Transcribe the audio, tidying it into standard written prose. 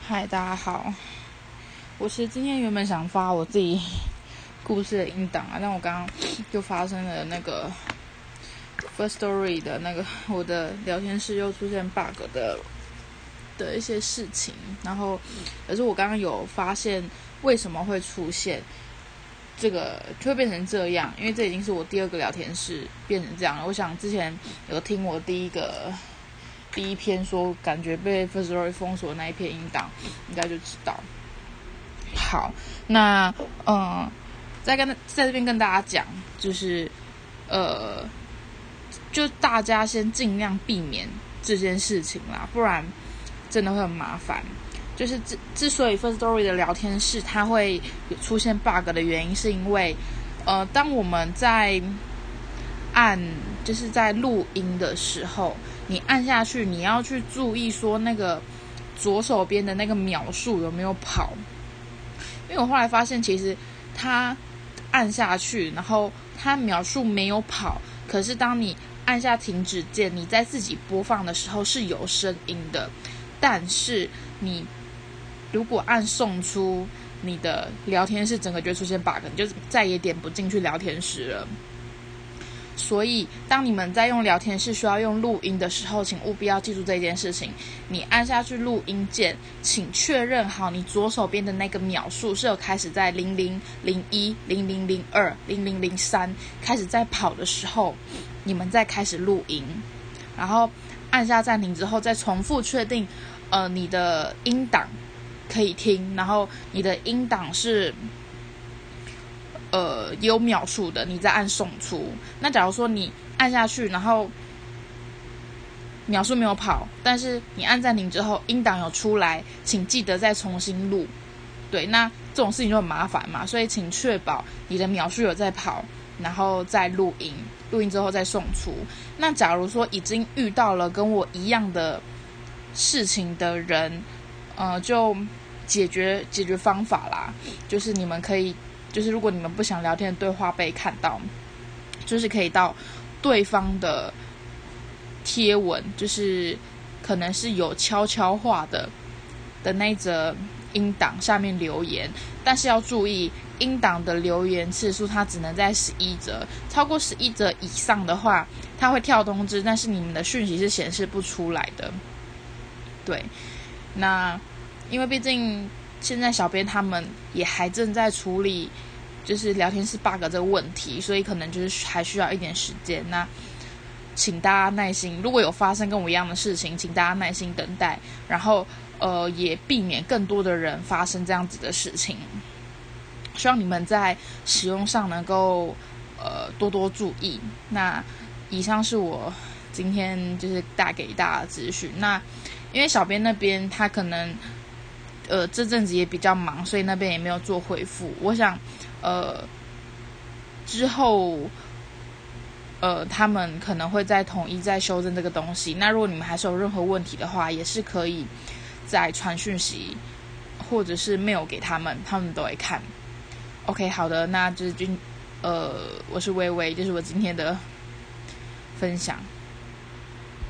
嗨，大家好。我其实今天原本想发我自己故事的音档啊，但我刚刚就发生了那个 Firstory 的那个我的聊天室又出现 bug 的一些事情，然后可是我刚刚有发现为什么会出现这个就会变成这样，因为这已经是我第二个聊天室变成这样了。我想之前有听我第一篇说感觉被 Firstory 封锁的那一篇音档，应该就知道。好，那在这边跟大家讲，就是就大家先尽量避免这件事情啦，不然真的会很麻烦。就是之所以 Firstory 的聊天室它会出现 bug 的原因，是因为当我们在就是在录音的时候，你按下去，你要去注意说那个左手边的那个秒数有没有跑。因为我后来发现，其实它按下去，然后它秒数没有跑，可是当你按下停止键，你在自己播放的时候是有声音的。但是你如果按送出，你的聊天室整个就会出现 bug， 你就再也点不进去聊天室了。所以当你们在用聊天室需要用录音的时候，请务必要记住这件事情。你按下去录音键，请确认好你左手边的那个秒数是有开始在0001、0002、0003开始在跑的时候，你们再开始录音。然后按下暂停之后，再重复确定你的音档可以听，然后你的音档是有秒数的，你再按送出。那假如说你按下去，然后秒数没有跑，但是你按暂停之后，音档有出来，请记得再重新录。对，那这种事情就很麻烦嘛，所以请确保你的秒数有在跑，然后再录音，录音之后再送出。那假如说已经遇到了跟我一样的事情的人，就解决方法啦，就是你们可以。就是如果你们不想聊天的对话被看到，就是可以到对方的贴文，就是可能是有悄悄话的那一则音档下面留言，但是要注意音档的留言次数它只能在11则，超过11则以上的话它会跳通知，但是你们的讯息是显示不出来的。对，那因为毕竟现在小编他们也还正在处理就是聊天室 bug 这个问题，所以可能就是还需要一点时间。那请大家耐心，如果有发生跟我一样的事情，请大家耐心等待，然后也避免更多的人发生这样子的事情。希望你们在使用上能够多多注意。那以上是我今天就是带给大家的资讯。那因为小编那边他可能这阵子也比较忙，所以那边也没有做回复。我想之后他们可能会再统一再修正这个东西。那如果你们还是有任何问题的话，也是可以再传讯息或者是 mail 给他们，他们都会看。OK， 好的，那就是我是微微，就是我今天的分享。